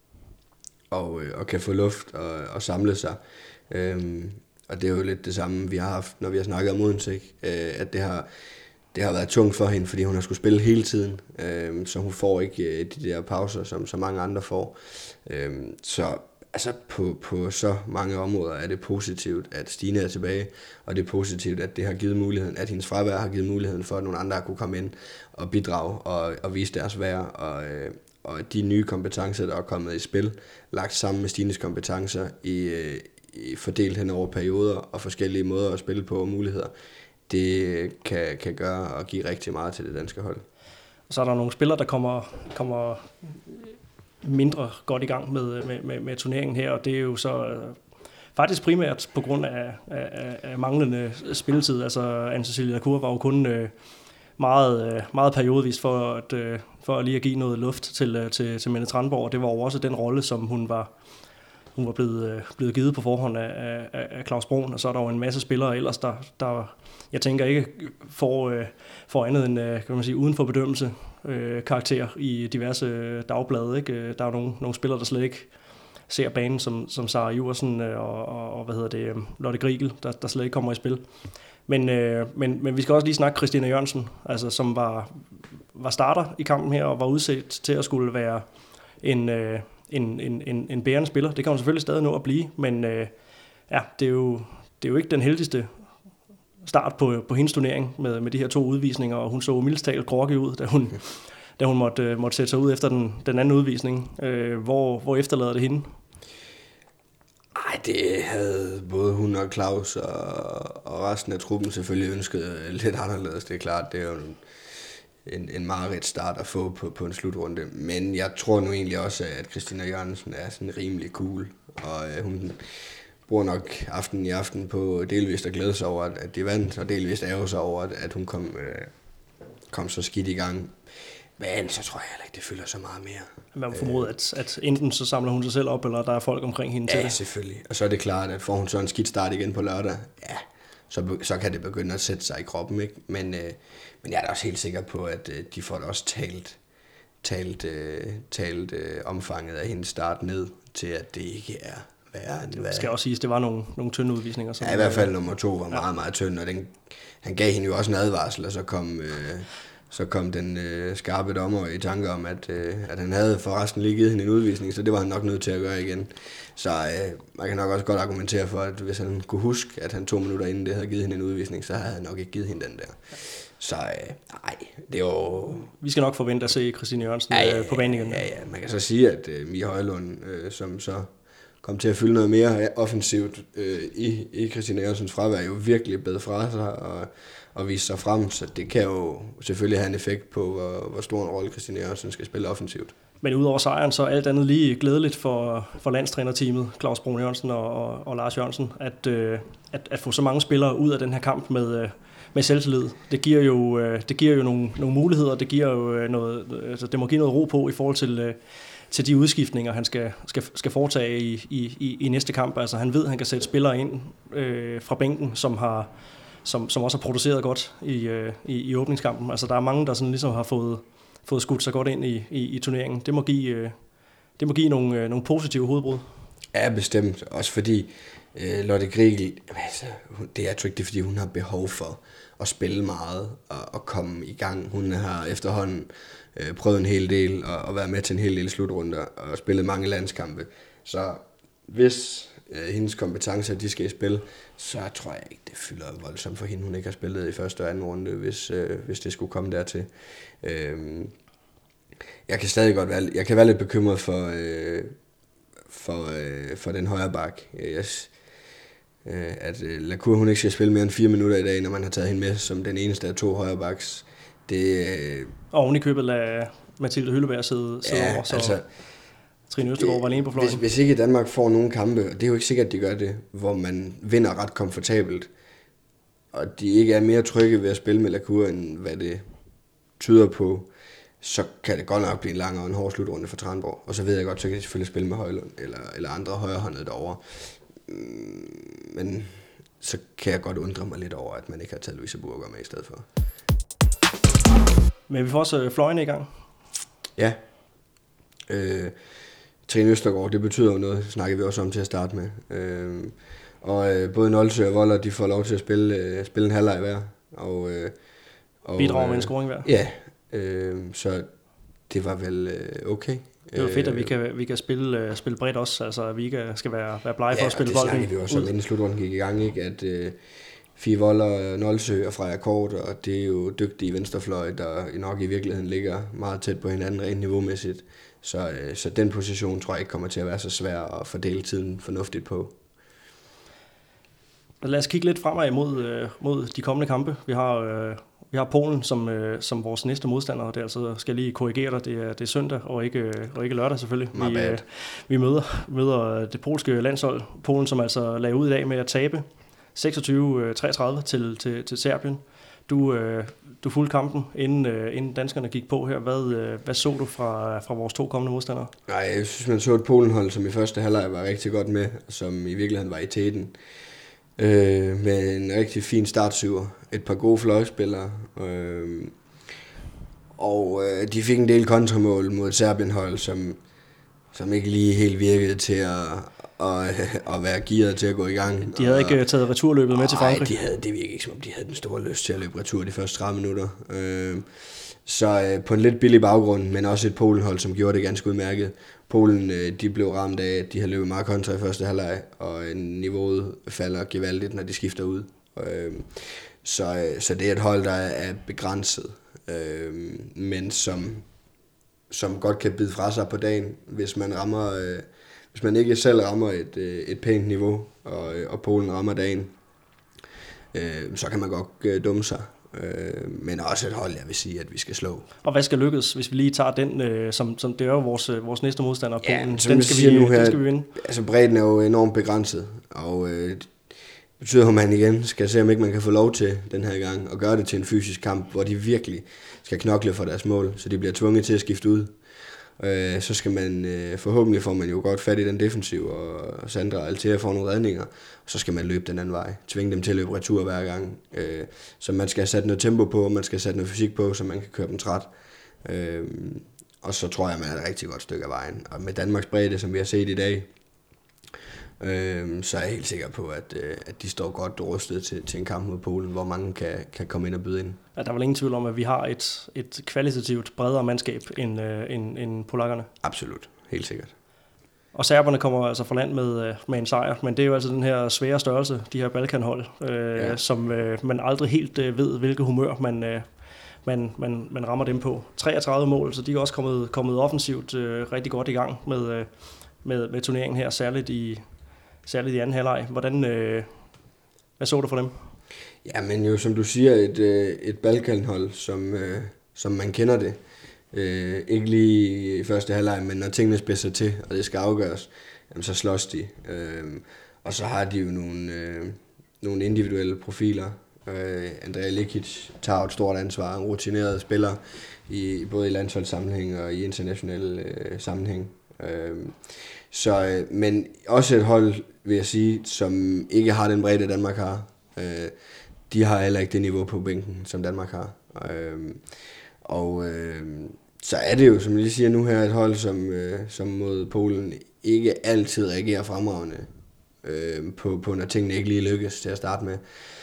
og, øh, og kan få luft og, og samle sig. Øh, og det er jo lidt det samme, vi har haft, når vi har snakket om Odense, ikke? Øh, at det har, det har været tungt for hende, fordi hun har skulle spille hele tiden, øh, så hun får ikke øh, de der pauser, som så mange andre får. Øh, så altså på, på så mange områder er det positivt, at Stine er tilbage, og det er positivt, at det har givet muligheden, at hendes fravær har givet muligheden for, at nogle andre kunne komme ind og bidrage og, og vise deres værd, og, øh, og de nye kompetencer, der er kommet i spil, lagt sammen med Stines kompetencer i, øh, i fordelt hen over perioder og forskellige måder at spille på og muligheder, det kan, kan gøre og give rigtig meget til det danske hold. Så er der nogle spillere, der kommer, kommer mindre godt i gang med, med, med, med turneringen her, og det er jo så øh, faktisk primært på grund af, af, af manglende spilletid. Altså Anne-Cecilie Lacour var jo kun øh, meget, øh, meget periodevist for at, øh, for at lige at give noget luft til, til, til Mette Tranborg, og det var jo også den rolle, som hun var hun var blevet, blevet givet på forhånd af, af, af Claus Broen, og så er der jo en masse spillere ellers, der, der jeg tænker ikke får, øh, får andet end kan man sige, uden for bedømmelse øh, karakter i diverse dagblade. Ikke? Der er jo nogle, nogle spillere, der slet ikke ser banen, som, som Sara Iversen og, og, og hvad hedder det, Lotte Grigel, der, der slet ikke kommer i spil. Men, øh, men, men vi skal også lige snakke Christina Jørgensen, altså, som var, var starter i kampen her, og var udset til at skulle være en... Øh, En, en, en, en bærende spiller. Det kan hun selvfølgelig stadig nå at blive, men øh, ja, det er, jo, det er jo ikke den heldigste start på, på hendes turnering med, med de her to udvisninger, og hun så mildest talt groggy ud, da hun, da hun måtte, måtte sætte sig ud efter den, den anden udvisning. Øh, hvor, hvor efterlader det hende? Ej, det havde både hun og Claus og, og resten af truppen selvfølgelig ønsket lidt anderledes. Det er klart, det er jo en en, en meget start at få på, på en slutrunde. Men jeg tror nu egentlig også, at Christina Jørgensen er sådan rimelig cool, og øh, hun bruger nok aften i aften på delvist at glæde sig over, at de vandt, og delvist ærger sig over, at hun kom, øh, kom så skidt i gang. Men så tror jeg heller ikke, det fylder så meget mere. Man må formode, at, at enten så samler hun sig selv op, eller der er folk omkring hende til ja, det. Ja, selvfølgelig. Og så er det klart, at får hun så en skidt start igen på lørdag, ja, så, så kan det begynde at sætte sig i kroppen, ikke? Men, øh, men jeg er da også helt sikker på, at øh, de får da også talt, talt, øh, talt øh, omfanget af hendes start ned til, at det ikke er værre end hvad. Det skal også siges, det var nogle, nogle tynde udvisninger. Ja, i hvert fald nummer to var meget, meget tynd, og den, han gav hende jo også en advarsel, og så kom... Øh, Så kom den øh, skarpe dommer i tanke om, at, øh, at han havde forresten lige givet hende en udvisning, så det var han nok nødt til at gøre igen. Så øh, man kan nok også godt argumentere for, at hvis han kunne huske, at han to minutter inden det havde givet hende en udvisning, så havde han nok ikke givet hende den der. Så øh, nej, det er jo... Vi skal nok forvente at se Christine Jørgensen ja, ja, på banen igen. Ja, ja, man kan så sige, at øh, Mia Højlund, øh, som så kom til at fylde noget mere offensivt øh, i, i Christine Jørgensens fravær, jo virkelig bedre fra sig og, og vise sig frem, så det kan jo selvfølgelig have en effekt på, hvor, hvor stor en rolle Christine Jørgensen skal spille offensivt. Men udover sejren, så er alt andet lige glædeligt for, for landstrænerteamet, Claus Broen Jørgensen og, og, og Lars Jørgensen, at, øh, at, at få så mange spillere ud af den her kamp med, øh, med selvtillid. Det giver jo, øh, det giver jo nogle, nogle muligheder, det giver jo noget, altså det må give noget ro på i forhold til... Øh, til de udskiftninger, han skal, skal, skal foretage i, i, i næste kamp. Altså han ved, at han kan sætte spillere ind øh, fra bænken, som, har, som, som også har produceret godt i, øh, i, i åbningskampen. Altså der er mange, der sådan ligesom har fået, fået skudt sig godt ind i, i, i turneringen. Det må give, øh, det må give nogle, øh, nogle positive hovedbrud. Ja, bestemt. Også fordi øh, Lotte Grigel, altså, det er ikke det, fordi hun har behov for at spille meget og, og komme i gang. Hun har efterhånden øh, prøvet en hel del og, og været med til en hel del slutrunder og spillet mange landskampe. Så hvis øh, hendes kompetencer de skal i spil, så tror jeg ikke, det fylder voldsomt for hende. Hun ikke har spillet i første og anden runde, hvis, øh, hvis det skulle komme dertil. Øh, jeg kan stadig godt være, jeg kan være lidt bekymret for, øh, for, øh, for den højre bak. Jeg, øh, at øh, Lacour, hun ikke skal spille mere end fire minutter i dag, når man har taget hende med som den eneste af to højre baks. Det, øh, og oven i købet lader Mathilde Hylleberg sidde, sidde ja, over, så altså, Trine Østergaard var alene på fløjen. Hvis, hvis ikke Danmark får nogen kampe, og det er jo ikke sikkert, at de gør det, hvor man vinder ret komfortabelt, og de ikke er mere trygge ved at spille med Lacour, end hvad det tyder på, så kan det godt nok blive en lang og en hård slutrunde for Tranborg. Og så ved jeg godt, så kan de selvfølgelig spille med Højlund eller, eller andre højrehåndede derovre. Men så kan jeg godt undre mig lidt over, at man ikke har taget Louise Burger med i stedet for. Men vi får også fløjene i gang. Ja. Øh, Trine Østergaard, det betyder jo noget, snakker vi også om til at starte med. Øh, og øh, både Nolsø og Voller, de får lov til at spille, øh, spille en halvleg hver. Og, øh, og, bidrager med en scoring hver. Ja, øh, så det var vel øh, okay. Det er jo fedt, at vi kan, vi kan spille, uh, spille bredt også, altså at vi ikke skal være, være blege for ja, at spille bolden. Ja, det snakkede vi også om, inden slutrunden gik i gang, ikke? At øh, Fie Voller, Nolsø og Freja Kort, og det er jo dygtige venstrefløj, der nok i virkeligheden ligger meget tæt på hinanden rent niveaumæssigt. Så, øh, så den position tror jeg ikke kommer til at være så svær at fordele tiden fornuftigt på. Lad os kigge lidt fremad mod, øh, mod de kommende kampe. Vi har, øh, vi har Polen som, øh, som vores næste modstander. Det er altså, skal jeg lige korrigere dig, det er, det er søndag og ikke, og ikke lørdag selvfølgelig. Vi, øh, vi møder, møder det polske landshold, Polen, som altså lagde ud i dag med at tabe seksogtyve treogtredive til, til, til Serbien. Du, øh, du fulgte kampen, inden, øh, inden danskerne gik på her. Hvad, øh, hvad så du fra, fra vores to kommende modstandere? Nej, jeg synes, man så et Polenhold, som i første halvleg var rigtig godt med, og som i virkeligheden var i tæten. Øh, med en rigtig fin startsyver, et par gode fløjspillere, øh, og øh, de fik en del kontramål mod et Serbien-hold, som, som ikke lige helt virkede til at, at, at være gearet til at gå i gang. De havde og, ikke taget returløbet med til Frankrig? Nej, de havde, det virkede ikke som om de havde den store lyst til at løbe retur de første tredive minutter. Øh, så øh, på en lidt billig baggrund, men også et Polenhold, som gjorde det ganske udmærket. Polen, de blev ramt af, at de har løbet meget kontra i første halvleg, og niveauet falder gevaldigt, når de skifter ud. Så, så det er et hold, der er begrænset, men som, som godt kan bide fra sig på dagen, hvis man rammer, hvis man ikke selv rammer et, et pænt niveau, og, og Polen rammer dagen, så kan man godt dumme sig. Øh, men også et hold, jeg vil sige, at vi skal slå. Og hvad skal lykkes, hvis vi lige tager den, øh, som, som det er jo vores, vores næste modstander, ja, Polen, den skal, vi, nu her, den skal vi vinde. Altså bredden er jo enormt begrænset, og øh, det betyder, at man igen skal se, om ikke man kan få lov til den her gang, og gøre det til en fysisk kamp, hvor de virkelig skal knokle for deres mål, så de bliver tvunget til at skifte ud. Øh, så skal man, øh, forhåbentlig får man jo godt fat i den defensiv, og Sandra og Altea får nogle redninger, og så skal man løbe den anden vej. Tvinge dem til at løbe retur hver gang. Øh, så man skal have sat noget tempo på, og man skal sætte noget fysik på, så man kan køre dem træt. Øh, og så tror jeg, man er et rigtig godt stykke af vejen. Og med Danmarks bredde, som vi har set i dag, øh, så er jeg helt sikker på, at, øh, at de står godt rustet til, til en kamp mod Polen, hvor mange kan, kan komme ind og byde ind. Ja, der er vel ingen tvivl om, at vi har et, et kvalitativt bredere mandskab end, øh, end, end polakkerne? Absolut, helt sikkert. Og serberne kommer altså fra land med, med en sejr, men det er jo altså den her svære størrelse, de her Balkanhold, øh, ja. som øh, man aldrig helt øh, ved, hvilket humør man, øh, man, man, man rammer dem på. treogtredive mål, så de er også kommet, kommet offensivt øh, rigtig godt i gang med, øh, med, med turneringen her, særligt i, særligt i anden halvleg. Hvordan, øh, hvad så du for dem? Ja, men jo som du siger, et, et Balkanhold, som, øh, som man kender det. Øh, ikke lige i første halvleg, men når tingene spidser til, og det skal afgøres, jamen, så slås de. Øh, og så har de jo nogle, øh, nogle individuelle profiler. Øh, Andrea Likic tager et stort ansvar, en rutineret spiller, i, både i landsholdssammenhæng og i international øh, sammenhæng. Øh, så, øh, men også et hold, vil jeg sige, som ikke har den bredde, Danmark har. Øh, de har heller ikke det niveau på bænken, som Danmark har. Øh, og øh, så er det jo, som jeg lige siger nu her, et hold, som, øh, som mod Polen ikke altid reagerer fremragende øh, på, på, når tingene ikke lige lykkes til at starte med.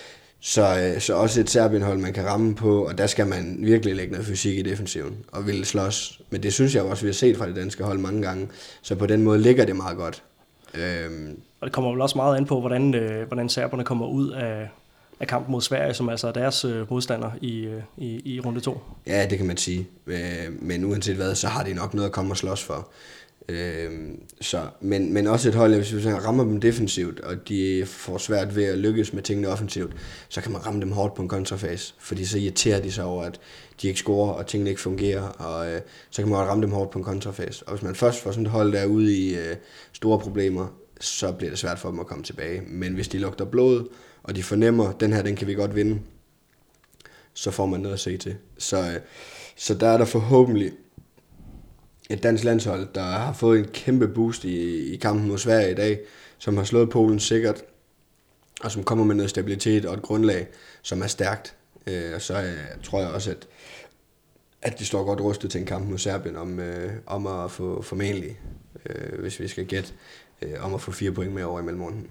Så, øh, så også et Serbien-hold, man kan ramme på, og der skal man virkelig lægge noget fysik i defensiven og ville slås. Men det synes jeg også, vi har set fra det danske hold mange gange, så på den måde ligger det meget godt. Øh, og det kommer vel også meget an på, hvordan, øh, hvordan serberne kommer ud af... af kampen mod Sverige, som altså er deres øh, modstander i, øh, i, i runde to. Ja, det kan man sige. Øh, men uanset hvad, så har de nok noget at komme og slås for. Øh, så, men, men også et hold, hvis vi rammer dem defensivt, og de får svært ved at lykkes med tingene offensivt, så kan man ramme dem hårdt på en kontrafase, fordi så irriterer de sig over, at de ikke scorer, og tingene ikke fungerer, og øh, så kan man ramme dem hårdt på en kontrafase. Og hvis man først får sådan et hold der ude i øh, store problemer, så bliver det svært for dem at komme tilbage. Men hvis de lugter blod, og de fornemmer, at den her, den kan vi godt vinde, så får man noget at se til. Så, øh, så der er der forhåbentlig et dansk landshold, der har fået en kæmpe boost i, i kampen mod Sverige i dag, som har slået Polen sikkert, og som kommer med noget stabilitet og et grundlag, som er stærkt. Øh, og så øh, tror jeg også, at, at de står godt rustet til en kamp mod Serbien om, øh, om at få formentlig, øh, hvis vi skal gætte, øh, om at få fire point med over i mellemrunden.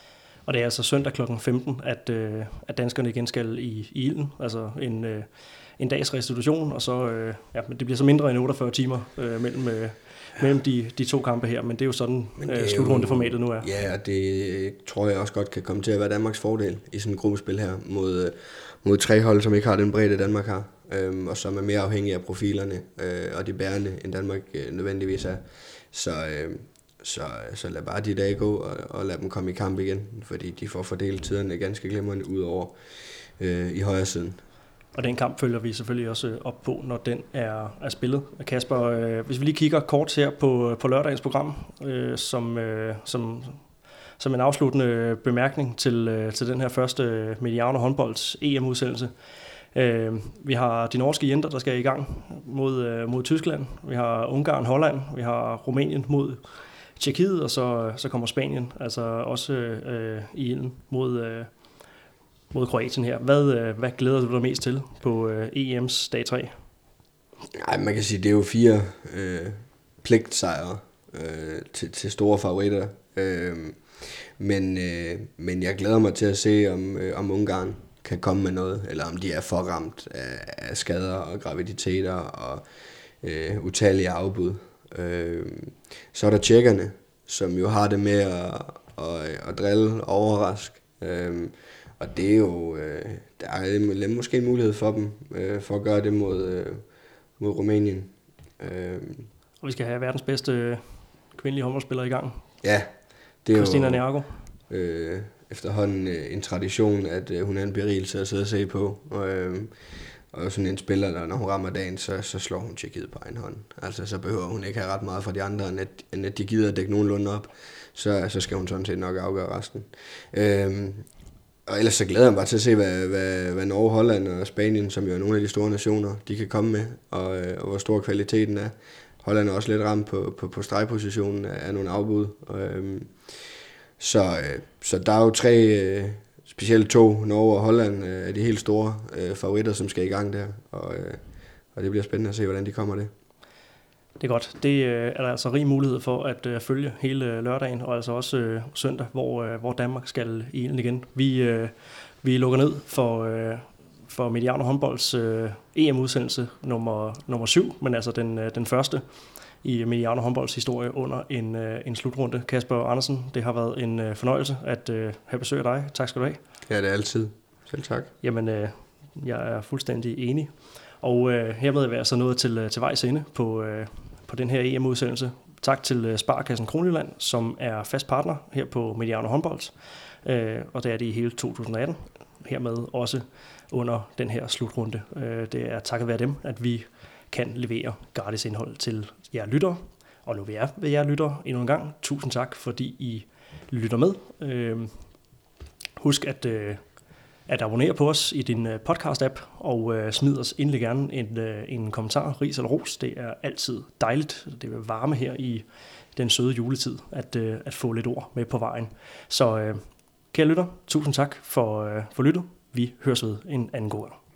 Og det er altså søndag klokken femten, at, øh, at danskerne igen skal i, i ilden, altså en, øh, en dags restitution, og så øh, ja, det bliver så mindre end otteogfyrre timer øh, mellem, øh, mellem de, de to kampe her, men det er jo sådan øh, slutrundeformatet nu er. Ja, og det tror jeg også godt kan komme til at være Danmarks fordel i sådan et gruppespil her mod, mod tre hold, som ikke har den bredde, Danmark har, øh, og som er mere afhængige af profilerne øh, og de bærende, end Danmark øh, nødvendigvis er. Så... Øh, Så, så lad bare de dage gå, og, og lad dem komme i kamp igen, fordi de får fordelt tiderne ganske glimrende ud over øh, i højre siden. Og den kamp følger vi selvfølgelig også op på, når den er, er spillet. Kasper, øh, hvis vi lige kigger kort her på, på lørdagens program, øh, som, øh, som, som en afsluttende bemærkning til, øh, til den her første Mediano håndbolds E M-udsendelse. Øh, vi har de norske jenter, der skal i gang mod, øh, mod Tyskland. Vi har Ungarn, Holland. Vi har Rumænien mod Tjekkiet, og så, så kommer Spanien, altså også øh, i ilden mod, øh, mod Kroatien her. Hvad, øh, hvad glæder du dig mest til på øh, E M's dag tre? Nej, man kan sige, det er jo fire øh, pligtsejre øh, til, til store favoritter. Øh, men, øh, men jeg glæder mig til at se, om, øh, om Ungarn kan komme med noget, eller om de er forramt af, af skader og graviditeter og øh, utallige afbud. Øh, så er der tjekkerne, som jo har det med at, at, at drille og overraske. Øh, og det er jo, øh, der er måske en mulighed for dem, øh, for at gøre det mod, øh, mod Rumænien. Øh, og vi skal have verdens bedste kvindelige håndboldspiller i gang. Ja, det er Christina jo Niargo. Øh, efterhånden øh, en tradition, at øh, hun er en berigelse at sidde og se på. Og, øh, Og sådan en spiller, der når hun rammer dagen, så, så slår hun Tjekkiet på egen hånd. Altså, så behøver hun ikke have ret meget fra de andre, end at, end at de gider at dække nogenlunde op. Så, så skal hun sådan set nok afgøre resten. Øhm, og ellers så glæder jeg mig bare til at se, hvad, hvad, hvad Norge, Holland og Spanien, som jo er nogle af de store nationer, de kan komme med, og, og hvor stor kvaliteten er. Holland er også lidt ramt på, på, på stregpositionen af nogle afbud. Øhm, så, så der er jo tre... Øh, Specielt to, Norge og Holland, øh, er de helt store øh, favoritter, som skal i gang der, og, øh, og det bliver spændende at se, hvordan de kommer det. Det er godt. Det øh, er der altså rig mulighed for at øh, følge hele lørdagen, og altså også øh, søndag, hvor, øh, hvor Danmark skal i ilden igen. Vi, øh, vi lukker ned for, øh, for Mediano håndbolds øh, E M-udsendelse nummer, nummer syv, men altså den, øh, den første i Mediano håndbolds historie under en, øh, en slutrunde. Kasper Andersen, det har været en øh, fornøjelse at øh, have besøg af dig. Tak skal du have. Ja, det er altid. Selv tak. Jamen, øh, jeg er fuldstændig enig. Og øh, hermed er vi altså nået til, til vejs ende på, øh, på den her E M-udsendelse. Tak til øh, Sparekassen Kronjylland, som er fast partner her på Mediano håndbold. Øh, og det er det i hele to tusind atten. Hermed også under den her slutrunde. Øh, det er takket være dem, at vi kan levere gratis indhold til jer lyttere. Og nu vil jeg ved jer lyttere endnu en gang. Tusind tak, fordi I lytter med. Øh, husk at, øh, at abonnere på os i din øh, podcast-app, og øh, smid os endelig gerne en, øh, en kommentar, ris eller ros. Det er altid dejligt. Det vil varme her i den søde juletid, at, øh, at få lidt ord med på vejen. Så øh, kære lytter, tusind tak for, øh, for lyttet. Vi høres ved en anden god gang.